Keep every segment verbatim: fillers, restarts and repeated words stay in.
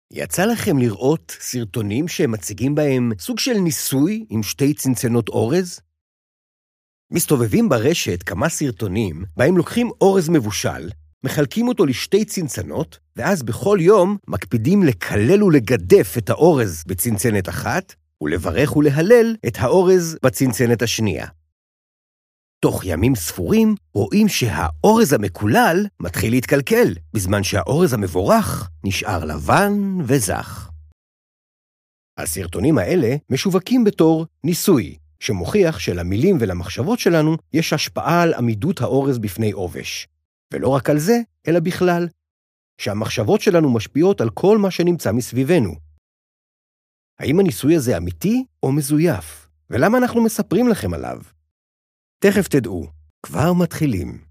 יצא לכם לראות סרטונים שהם מציגים בהם סוג של ניסוי עם שתי צנצנות אורז? מסתובבים ברשת כמה סרטונים בהם לוקחים אורז מבושל, מחלקים אותו לשתי צנצנות, ואז בכל יום מקפידים לקלל ולגדף את האורז בצנצנת אחת, ולברך ולהלל את האורז בצנצנת השנייה. תוך ימים ספורים רואים שהאורז המקולל מתחיל להתקלקל, בזמן שהאורז המבורך נשאר לבן וזך. הסרטונים האלה משווקים בתור ניסוי, שמוכיח שלמילים ולמחשבות שלנו יש השפעה על עמידות האורז בפני עובש. ולא רק על זה, אלא בכלל, שהמחשבות שלנו משפיעות על כל מה שנמצא מסביבנו. האם הניסוי הזה אמיתי או מזויף? ולמה אנחנו מספרים לכם עליו? תכף תדעו, כבר מתחילים.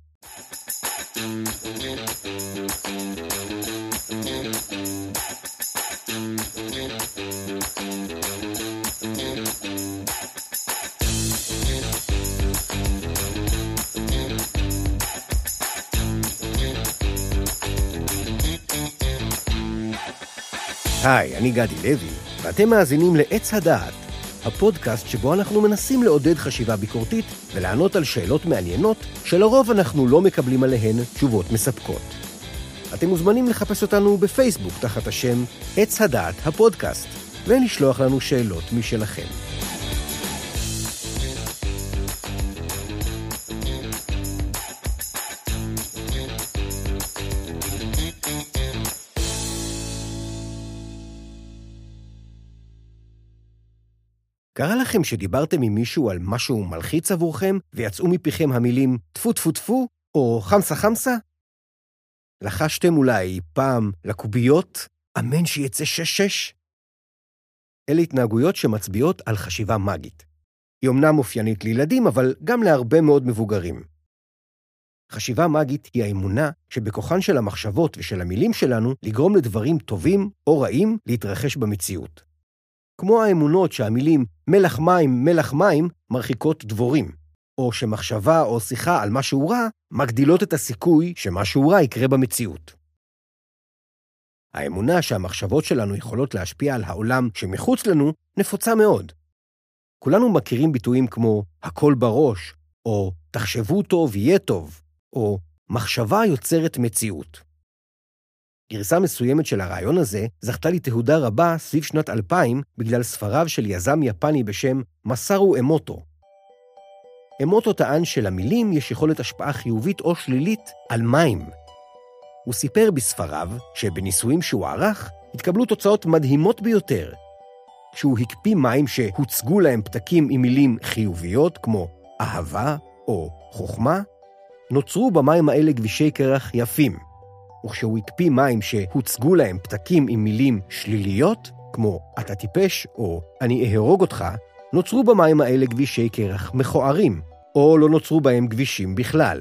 היי, אני גדי לוי, ואתם מאזינים לעץ הדעת, הפודקאסט שבו אנחנו מנסים לעודד חשיבה ביקורתית ולענות על שאלות מעניינות שלרוב אנחנו לא מקבלים עליהן תשובות מספקות. אתם מוזמנים לחפש אותנו בפייסבוק תחת השם עץ הדעת הפודקאסט, ולשלוח לנו שאלות משלכם. קרה לכם שדיברתם עם מישהו על משהו מלחיץ עבורכם, ויצאו מפיכם המילים טפו טפו טפו, או חמסה חמסה? לחשתם אולי פעם לקוביות, אמן שיצא שש שש? אלה התנהגויות שמצביעות על חשיבה מגית. היא אומנם אופיינית לילדים, אבל גם להרבה מאוד מבוגרים. חשיבה מגית היא האמונה שבכוחן של המחשבות ושל המילים שלנו לגרום לדברים טובים או רעים להתרחש במציאות. כמו האמונות שהמילים מלח מים, מלח מים מרחיקות דבורים, או שמחשבה או שיחה על משהו רע מגדילות את הסיכוי שמשהו רע יקרה במציאות. האמונה שהמחשבות שלנו יכולות להשפיע על העולם שמחוץ לנו נפוצה מאוד. כולנו מכירים ביטויים כמו הכל בראש, או תחשבו טוב יהיה טוב, או מחשבה יוצרת מציאות. גרסה מסוימת של הרעיון הזה זכתה לי תהודה רבה סביב שנת אלפיים בגלל ספריו של יזם יפני בשם מסארו אמוטו. אמוטו טען שלמילים יש יכולת השפעה חיובית או שלילית על מים. הוא סיפר בספריו שבניסויים שהוא ערך התקבלו תוצאות מדהימות ביותר. כשהוא הקפיא מים שהוצגו להם פתקים עם מילים חיוביות כמו אהבה או חוכמה, נוצרו במים האלה גבישי קרח יפים. וכשהוא הקפיא מים שהוצגו להם פתקים עם מילים שליליות, כמו אתה טיפש או אני אהרוג אותך, נוצרו במים האלה גבישי קרח מכוערים, או לא נוצרו בהם גבישים בכלל.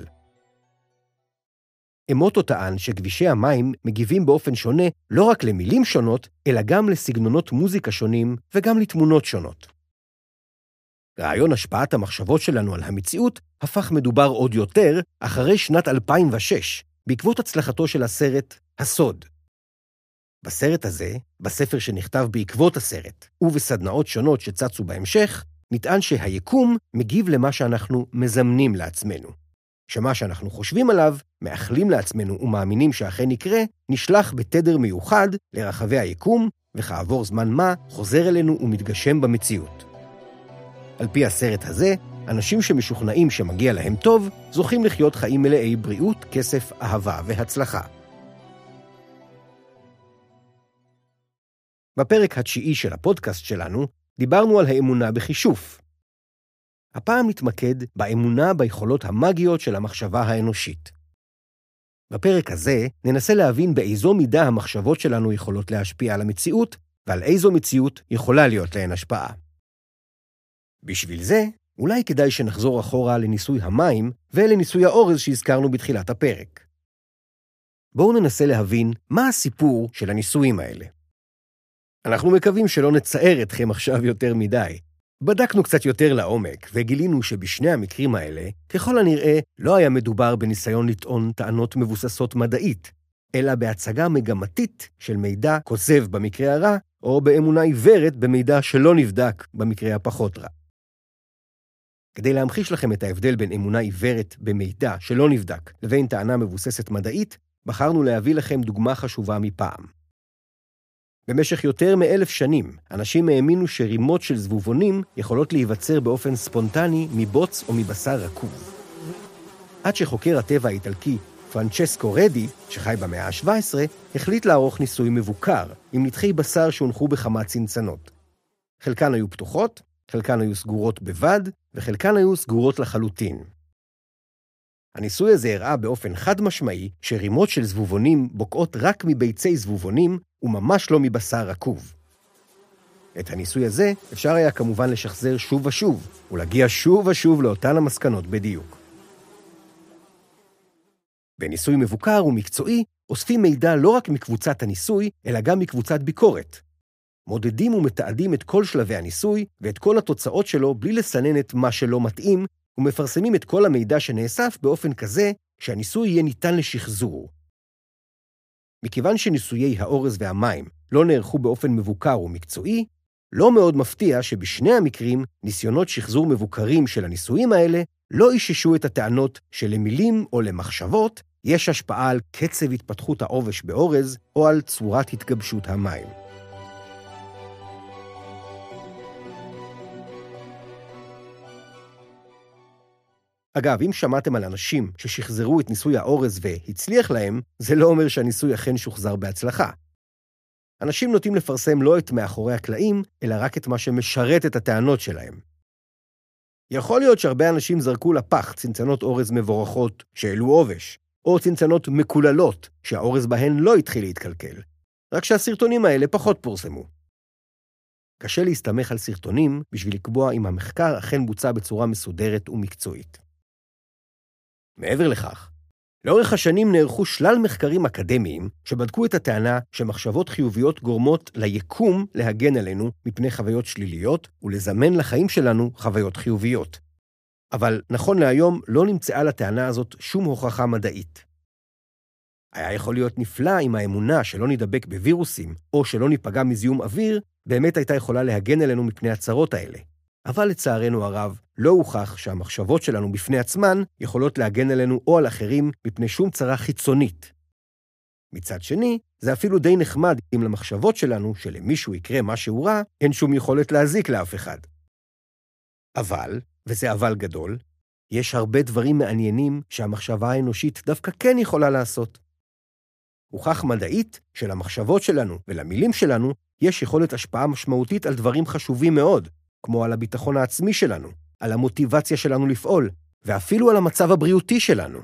אמוטו טען שגבישי המים מגיבים באופן שונה לא רק למילים שונות, אלא גם לסגנונות מוזיקה שונים וגם לתמונות שונות. רעיון השפעת המחשבות שלנו על המציאות הפך מדובר עוד יותר אחרי שנת אלפיים ושש, בעקבות הצלחתו של הסרט הסוד. בסרט הזה, בספר שנכתב בעקבות הסרט, ובסדנאות שונות שצצו בהמשך, נטען שהיקום מגיב למה שאנחנו מזמנים לעצמנו. שמה שאנחנו חושבים עליו, מאחלים לעצמנו ומאמינים שאכן יקרה, נשלח בתדר מיוחד לרחבי היקום, וכעבור זמן מה חוזר אלינו ומתגשם במציאות. על פי הסרט הזה, אנשים שמשוכנעים שמגיע להם טוב, זוכים לחיות חיים מלאי בריאות, כסף, אהבה והצלחה. בפרק התשיעי של הפודקאסט שלנו, דיברנו על האמונה בחישוף. הפעם נתמקד באמונה ביכולות המגיות של המחשבה האנושית. בפרק הזה ננסה להבין באיזו מידה המחשבות שלנו יכולות להשפיע על המציאות, ועל איזו מציאות יכולה להיות להן השפעה. בשביל זה, אולי כדאי שנחזור אחורה לניסוי המים ולניסוי האורז שהזכרנו בתחילת הפרק. בואו ננסה להבין מה הסיפור של הניסויים האלה. אנחנו מקווים שלא נצער אתכם עכשיו יותר מדי. בדקנו קצת יותר לעומק וגילינו שבשני המקרים האלה, ככל הנראה, לא היה מדובר בניסיון לטעון טענות מבוססות מדעית, אלא בהצגה מגמתית של מידע כוזב במקרה הרע, או באמונה עיוורת במידע שלא נבדק במקרה הפחות רע. כדי להמחיש לכם את ההבדל בין אמונה עיוורת במידע שלא נבדק לבין טענה מבוססת מדעית, בחרנו להביא לכם דוגמה חשובה מפעם. במשך יותר מאלף שנים, אנשים האמינו שרימות של זבובונים יכולות להיווצר באופן ספונטני מבוץ או מבשר רקוב. עד שחוקר הטבע האיטלקי פרנצ'סקו רדי, שחי במאה ה-שבע עשרה, החליט לערוך ניסוי מבוקר עם נתחי בשר שהונחו בכמה צנצנות. חלקן היו פתוחות, חלקן היו סגורות בבד, וחלקן היו סגורות לחלוטין. הניסוי הזה הראה באופן חד משמעי שרימות של זבובונים בוקעות רק מביצי זבובונים וממש לא מבשר רקוב. את הניסוי הזה אפשר היה כמובן לשחזר שוב ושוב, ולהגיע שוב ושוב לאותן המסקנות בדיוק. בניסוי מבוקר ומקצועי אוספים מידע לא רק מקבוצת הניסוי, אלא גם מקבוצת ביקורת. מודדים ומתעדים את כל שלבי הניסוי ואת כל התוצאות שלו בלי לסנן את מה שלא מתאים, ומפרסמים את כל המידע שנאסף באופן כזה שהניסוי יהיה ניתן לשחזור. מכיוון שניסויי האורז והמים לא נערכו באופן מבוקר ומקצועי, לא מאוד מפתיע שבשני המקרים ניסיונות שחזור מבוקרים של הניסויים האלה לא איששו את הטענות שלמילים או למחשבות יש השפעה על קצב התפתחות העובש באורז או על צורת התגבשות המים. אגב, אם שמעתם על אנשים ששחזרו את ניסוי האורז והצליח להם, זה לא אומר שהניסוי אכן שוחזר בהצלחה. אנשים נוטים לפרסם לא את מאחורי הקלעים, אלא רק את מה שמשרת את הטענות שלהם. יכול להיות שהרבה אנשים זרקו לפח צנצנות אורז מבורכות שהעלו עובש, או צנצנות מקוללות שהאורז בהן לא התחיל להתקלקל, רק שהסרטונים האלה פחות פורסמו. קשה להסתמך על סרטונים בשביל לקבוע אם המחקר אכן בוצע בצורה מסודרת ומקצועית. מעבר לכך, לאורך השנים נערכו שלל מחקרים אקדמיים שבדקו את הטענה שמחשבות חיוביות גורמות ליקום להגן עלינו מפני חוויות שליליות ולזמן לחיים שלנו חוויות חיוביות. אבל נכון להיום לא נמצאה לטענה הזאת שום הוכחה מדעית. היה יכול להיות נפלא אם האמונה שלא נדבק בווירוסים או שלא ניפגע מזיהום אוויר באמת הייתה יכולה להגן עלינו מפני הצרות האלה. אבל לצערנו הרב, לא הוכח שהמחשבות שלנו בפני עצמן יכולות להגן עלינו או על אחרים מפני שום צרה חיצונית. מצד שני, זה אפילו די נחמד אם למחשבות שלנו שלמישהו יקרה משהו רע, אין שום יכולת להזיק לאף אחד. אבל, וזה אבל גדול, יש הרבה דברים מעניינים שהמחשבה האנושית דווקא כן יכולה לעשות. הוכח מדעית שלמחשבות שלנו ולמילים שלנו יש יכולת השפעה משמעותית על דברים חשובים מאוד, כמו על הביטחון העצמי שלנו, על המוטיבציה שלנו לפעול, ואפילו על המצב הבריאותי שלנו.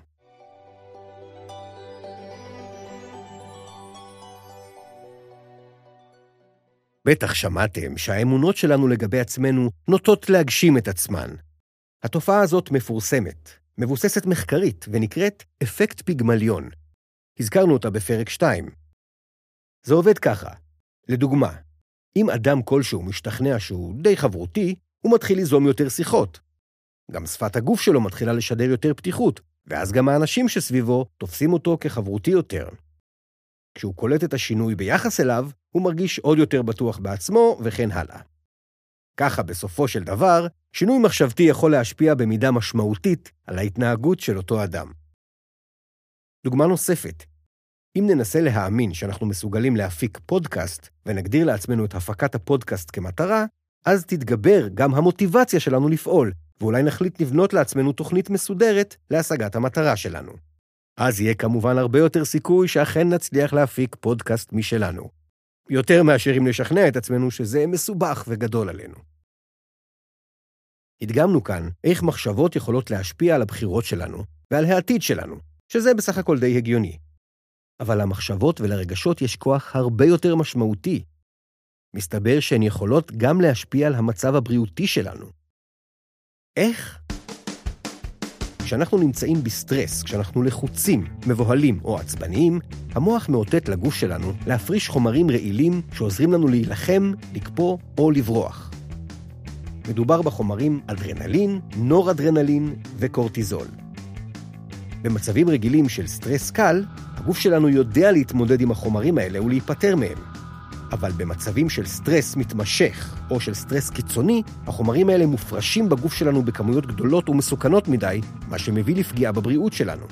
בטח שמעתם שהאמונות שלנו לגבי עצמנו נוטות להגשים את עצמן. התופעה הזאת מפורסמת, מבוססת מחקרית ונקראת אפקט פיגמליון. הזכרנו אותה בפרק שתיים. זה עובד ככה. לדוגמה, אם אדם כלשהו משתכנע שהוא די חברותי, הוא מתחיל ליזום יותר שיחות. גם שפת הגוף שלו מתחילה לשדר יותר פתיחות, ואז גם האנשים שסביבו תופסים אותו כחברותי יותר. כשהוא קולט את השינוי ביחס אליו, הוא מרגיש עוד יותר בטוח בעצמו וכן הלאה. ככה בסופו של דבר, שינוי מחשבתי יכול להשפיע במידה משמעותית על ההתנהגות של אותו אדם. דוגמה נוספת, אם ננסה להאמין שאנחנו מסוגלים להפיק פודקאסט ונגדיר לעצמנו את הפקת הפודקאסט כמטרה, אז תתגבר גם המוטיבציה שלנו לפעול, ואולי נחליט לבנות לעצמנו תוכנית מסודרת להשגת המטרה שלנו. אז יהיה כמובן הרבה יותר סיכוי שאכן נצליח להפיק פודקאסט משלנו. יותר מאשר אם נשכנע את עצמנו שזה מסובך וגדול עלינו. הדגמנו כאן איך מחשבות יכולות להשפיע על הבחירות שלנו ועל העתיד שלנו, שזה בסך הכל די הגיוני. אבל למחשבות ולרגשות יש כוח הרבה יותר משמעותי. מסתבר שהן יכולות גם להשפיע על המצב הבריאותי שלנו. איך? כשאנחנו נמצאים בסטרס, כשאנחנו לחוצים, מבוהלים או עצבניים, המוח מאותת לגוף שלנו להפריש חומרים רעילים שעוזרים לנו להילחם, לקפוא או לברוח. מדובר בחומרים אדרנלין, נורדרנלין וקורטיזול. במצבים רגילים של סטרס קל, הגוף שלנו יודע להתמודד עם החומרים האלה ולהיפטר מהם. אבל במצבים של סטרס מתמשך או של סטרס קיצוני, החומרים האלה מופרשים בגוף שלנו בכמויות גדולות ומסוכנות מדי, מה שמביא לפגיעה בבריאות שלנו.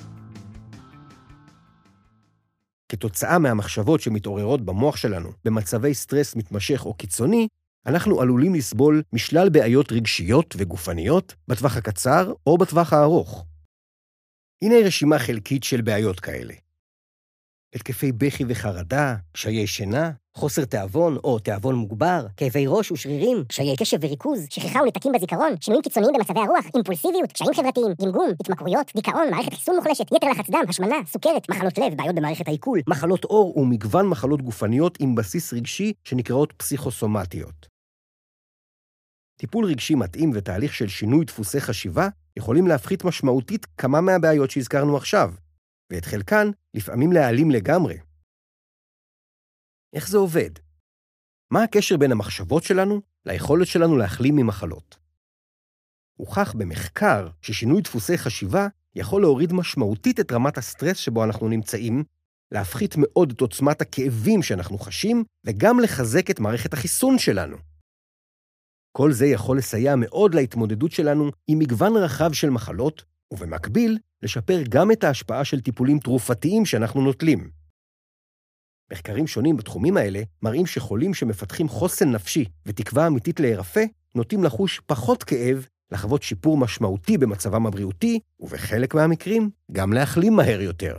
כתוצאה מהמחשבות שמתעוררות במוח שלנו במצבי סטרס מתמשך או קיצוני, אנחנו עלולים לסבול משלל בעיות רגשיות וגופניות בטווח הקצר או בטווח הארוך. הנה רשימה חלקית של בעיות כאלה. התקפי בכי וחרדה, קשיי שינה, חוסר תיאבון או תיאבון מוגבר, כאבי ראש ושרירים, קשיי קשב וריכוז, שכחה ונתקים בזיכרון, שינויים קיצוניים במצבי הרוח, אימפולסיביות, קשיים חברתיים, גמגום, התמכרויות, דיכאון, מערכת חיסון מוחלשת, יתר לחץ דם, השמנה, סוכרת, מחלות לב, בעיות במערכת העיכול, מחלות עור ומגוון מחלות גופניות עם בסיס רגשי שנקראות פסיכוסומטיות. טיפול רגשי מתאים ותהליך של שינוי דפוסי חשיבה יכולים להפחית משמעותית כמה מהבעיות שהזכרנו עכשיו, ואת חלקן לפעמים להעלים לגמרי. איך זה עובד? מה הקשר בין המחשבות שלנו ליכולת שלנו להחלים ממחלות? הוכח במחקר ששינוי דפוסי חשיבה יכול להוריד משמעותית את רמת הסטרס שבו אנחנו נמצאים, להפחית מאוד את עוצמת הכאבים שאנחנו חשים, וגם לחזק את מערכת החיסון שלנו. כל זה יכול לסייע מאוד להתמודדות שלנו עם מגוון רחב של מחלות, ובמקביל לשפר גם את ההשפעה של טיפולים תרופתיים שאנחנו נוטלים. מחקרים שונים בתחומים האלה מראים שחולים שמפתחים חוסן נפשי ותקווה אמיתית להירפא, נוטים לחוש פחות כאב, לחוות שיפור משמעותי במצבם הבריאותי, ובחלק מהמקרים גם להחלים מהר יותר.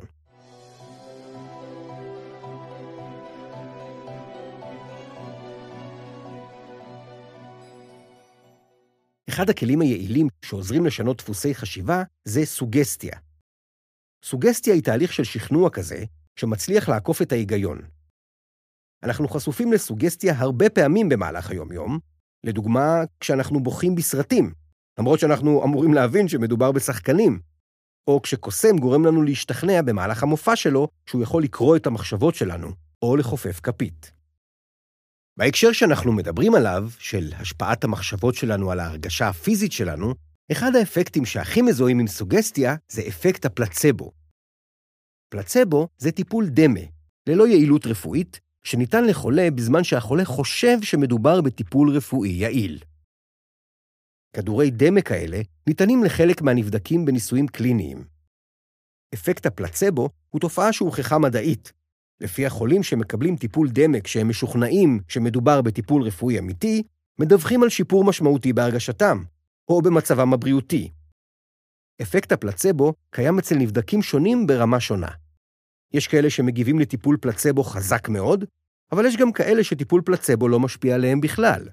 אחד הכלים היעילים שעוזרים לשנות דפוסי חשיבה זה סוגסטיה. סוגסטיה היא תהליך של שכנוע כזה שמצליח לעקוף את ההיגיון. אנחנו חשופים לסוגסטיה הרבה פעמים במהלך היום-יום, לדוגמה כשאנחנו בוכים בסרטים, למרות שאנחנו אמורים להבין שמדובר בשחקנים, או כשקוסם גורם לנו להשתכנע במהלך המופע שלו שהוא יכול לקרוא את המחשבות שלנו, או לחופף כפית. בהקשר שאנחנו מדברים עליו, של השפעת המחשבות שלנו על ההרגשה הפיזית שלנו, אחד האפקטים שהכי מזוהים עם סוגסטיה זה אפקט הפלצבו. פלצבו זה טיפול דמה, ללא יעילות רפואית, שניתן לחולה בזמן שהחולה חושב שמדובר בטיפול רפואי יעיל. כדורי דמה כאלה ניתנים לחלק מהנבדקים בניסויים קליניים. אפקט הפלצבו הוא תופעה שהוכחה מדעית. לפי החולים שמקבלים טיפול דמה כשהם משוכנעים שמדובר בטיפול רפואי אמיתי, מדווחים על שיפור משמעותי בהרגשתם, או במצבם הבריאותי. אפקט הפלצבו קיים אצל נבדקים שונים ברמה שונה. יש כאלה שמגיבים לטיפול פלצבו חזק מאוד, אבל יש גם כאלה שטיפול פלצבו לא משפיע עליהם בכלל.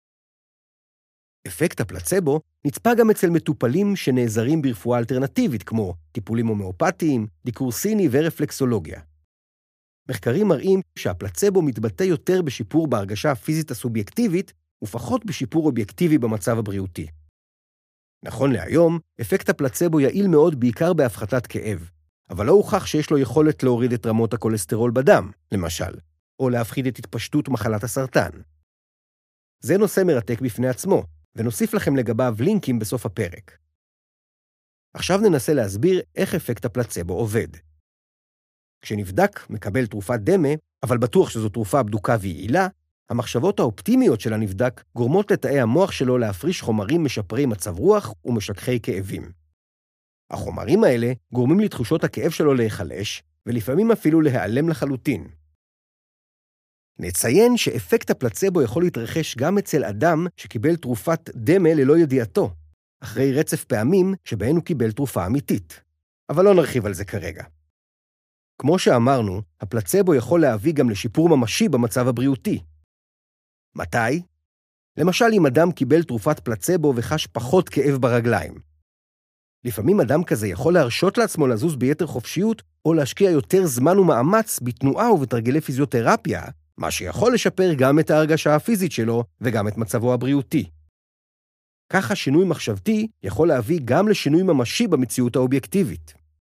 אפקט הפלצבו נצפה גם אצל מטופלים שנעזרים ברפואה אלטרנטיבית, כמו טיפולים הומאופתיים, דיקור סיני ורפלקסולוגיה. מחקרים מראים שהפלצבו מתבטא יותר בשיפור בהרגשה הפיזית הסובייקטיבית, ופחות בשיפור אובייקטיבי במצב הבריאותי. נכון להיום, אפקט הפלצבו יעיל מאוד בעיקר בהפחתת כאב, אבל לא הוכח שיש לו יכולת להוריד את רמות הכולסטרול בדם, למשל, או להפחית את התפשטות מחלת הסרטן. זה נושא מרתק בפני עצמו, ונוסיף לכם לגביו לינקים בסוף הפרק. עכשיו ננסה להסביר איך אפקט הפלצבו עובד. כשנבדק מקבל תרופת דמה, אבל בטוח שזו תרופה בדוקה ויעילה, המחשבות האופטימיות של הנבדק גורמות לתאי המוח שלו להפריש חומרים משפרי מצב רוח ומשככי כאבים. החומרים האלה גורמים לתחושות הכאב שלו להיחלש, ולפעמים אפילו להיעלם לחלוטין. נציין שאפקט הפלצבו יכול להתרחש גם אצל אדם שקיבל תרופת דמה ללא ידיעתו, אחרי רצף פעמים שבהן הוא קיבל תרופה אמיתית. אבל לא נרחיב על זה כרגע. כמו שאמרנו, הפלצבו יכול להביא גם לשיפור ממשי במצב הבריאותי. מתי? למשל אם אדם קיבל תרופת פלצבו וחש פחות כאב ברגליים. לפעמים אדם כזה יכול להרשות לעצמו לזוז ביתר חופשיות, או להשקיע יותר זמן ומאמץ בתנועה ובתרגילי פיזיותרפיה, מה שיכול לשפר גם את ההרגשה הפיזית שלו וגם את מצבו הבריאותי. ככה שינוי מחשבתי יכול להביא גם לשינוי ממשי במציאות האובייקטיבית.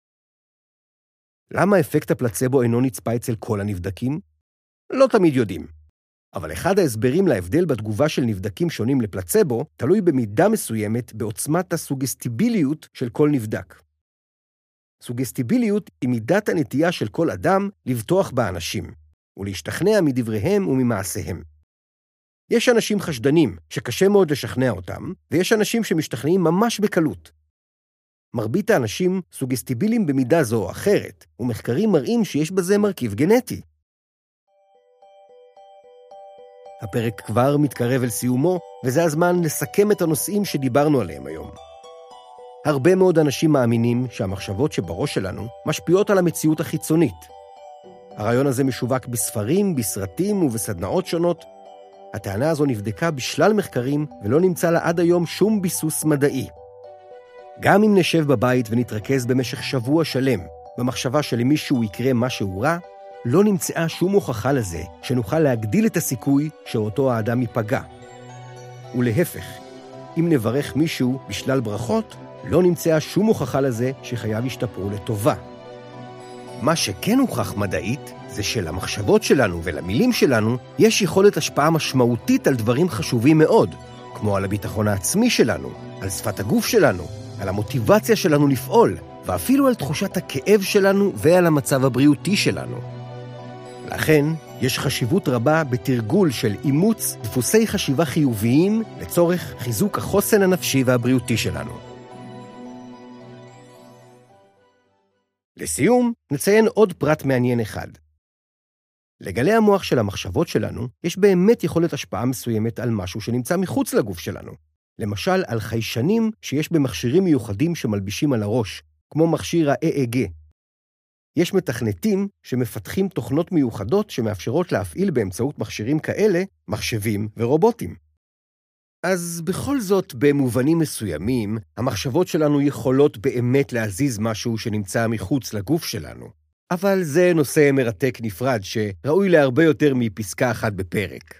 למה אפקט הפלצבו אינו נצפה אצל כל הנבדקים? לא תמיד יודעים. אבל אחד ההסברים להבדל בתגובה של נבדקים שונים לפלצבו תלוי במידה מסוימת בעוצמת הסוגסטיביליות של כל נבדק. סוגסטיביליות היא מידת הנטייה של כל אדם לבטוח באנשים, ולהשתכנע מדבריהם וממעשיהם. יש אנשים חשדנים שקשה מאוד לשכנע אותם, ויש אנשים שמשתכנעים ממש בקלות. מרבית האנשים סוגסטיביליים במידה זו או אחרת, ומחקרים מראים שיש בזה מרכיב גנטי. הפרק כבר מתקרב אל סיומו, וזה הזמן לסכם את הנושאים שדיברנו עליהם היום. הרבה מאוד אנשים מאמינים שהמחשבות שבראש שלנו משפיעות על המציאות החיצונית. הרעיון הזה משווק בספרים, בסרטים ובסדנאות שונות. הטענה הזו נבדקה בשלל מחקרים ולא נמצא לה עד היום שום ביסוס מדעי. גם אם נשב בבית ונתרכז במשך שבוע שלם במחשבה שלמישהו יקרה משהו רע, לא נמצאה שום הוכחה לזה שנוכל להגדיל את הסיכוי שאותו האדם ייפגע. ולהפך, אם נברך מישהו בשלל ברכות, לא נמצאה שום הוכחה לזה שחייו ישתפרו לטובה. מה שכן הוכח מדעית זה שלמחשבות שלנו ולמילים שלנו יש יכולת השפעה משמעותית על דברים חשובים מאוד, כמו על הביטחון העצמי שלנו, על שפת הגוף שלנו, על המוטיבציה שלנו לפעול, ואפילו על תחושת הכאב שלנו ועל המצב הבריאותי שלנו. לכן, יש חשיבות רבה בתרגול של אימוץ דפוסי חשיבה חיוביים לצורך חיזוק החוסן הנפשי והבריאותי שלנו. לסיום, נציין עוד פרט מעניין אחד. לגלי המוח של המחשבות שלנו, יש באמת יכולת השפעה מסוימת על משהו שנמצא מחוץ לגוף שלנו. למשל, על חיישנים שיש במכשירים מיוחדים שמלבישים על הראש, כמו מכשיר ה-אי אי גי. יש מתכנתים שמפתחים תוכנות מיוחדות שמאפשרות להפעיל באמצעות מכשירים כאלה, מחשבים ורובוטים. אז בכל זאת, במובנים מסוימים, המחשבות שלנו יכולות באמת להזיז משהו שנמצא מחוץ לגוף שלנו. אבל זה נושא מרתק נפרד שראוי להרבה יותר מפסקה אחת בפרק.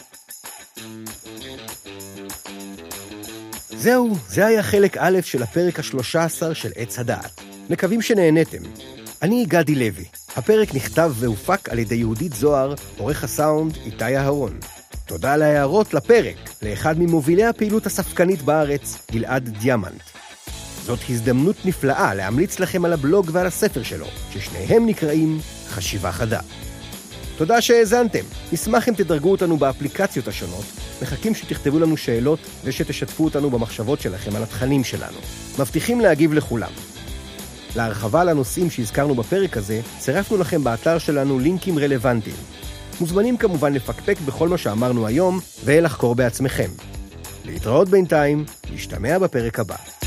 זהו, זה היה חלק א' של הפרק ה-שלוש עשרה של עץ הדעת. מקווים שנהנתם. אני גדי לוי. הפרק נכתב והופק על ידי יהודית זוהר, עורך הסאונד איתי אהרון. תודה על ההערות לפרק, לאחד ממובילי הפעילות הספקנית בארץ, גלעד דיאמנט. זאת הזדמנות נפלאה להמליץ לכם על הבלוג ועל הספר שלו, ששניהם נקראים חשיבה חדה. תודה שהאזנתם. נשמח אם תדרגו אותנו באפליקציות השונות, מחכים שתכתבו לנו שאלות ושתשתפו אותנו במחשבות שלכם על התכנים שלנו. מבטיחים להגיב לכולם. להרחבה לנושאים שהזכרנו בפרק הזה, צירפנו לכם באתר שלנו לינקים רלוונטיים. מוזמנים כמובן לפקפק בכל מה שאמרנו היום ולחקור בעצמכם. להתראות בינתיים, להשתמע בפרק הבא.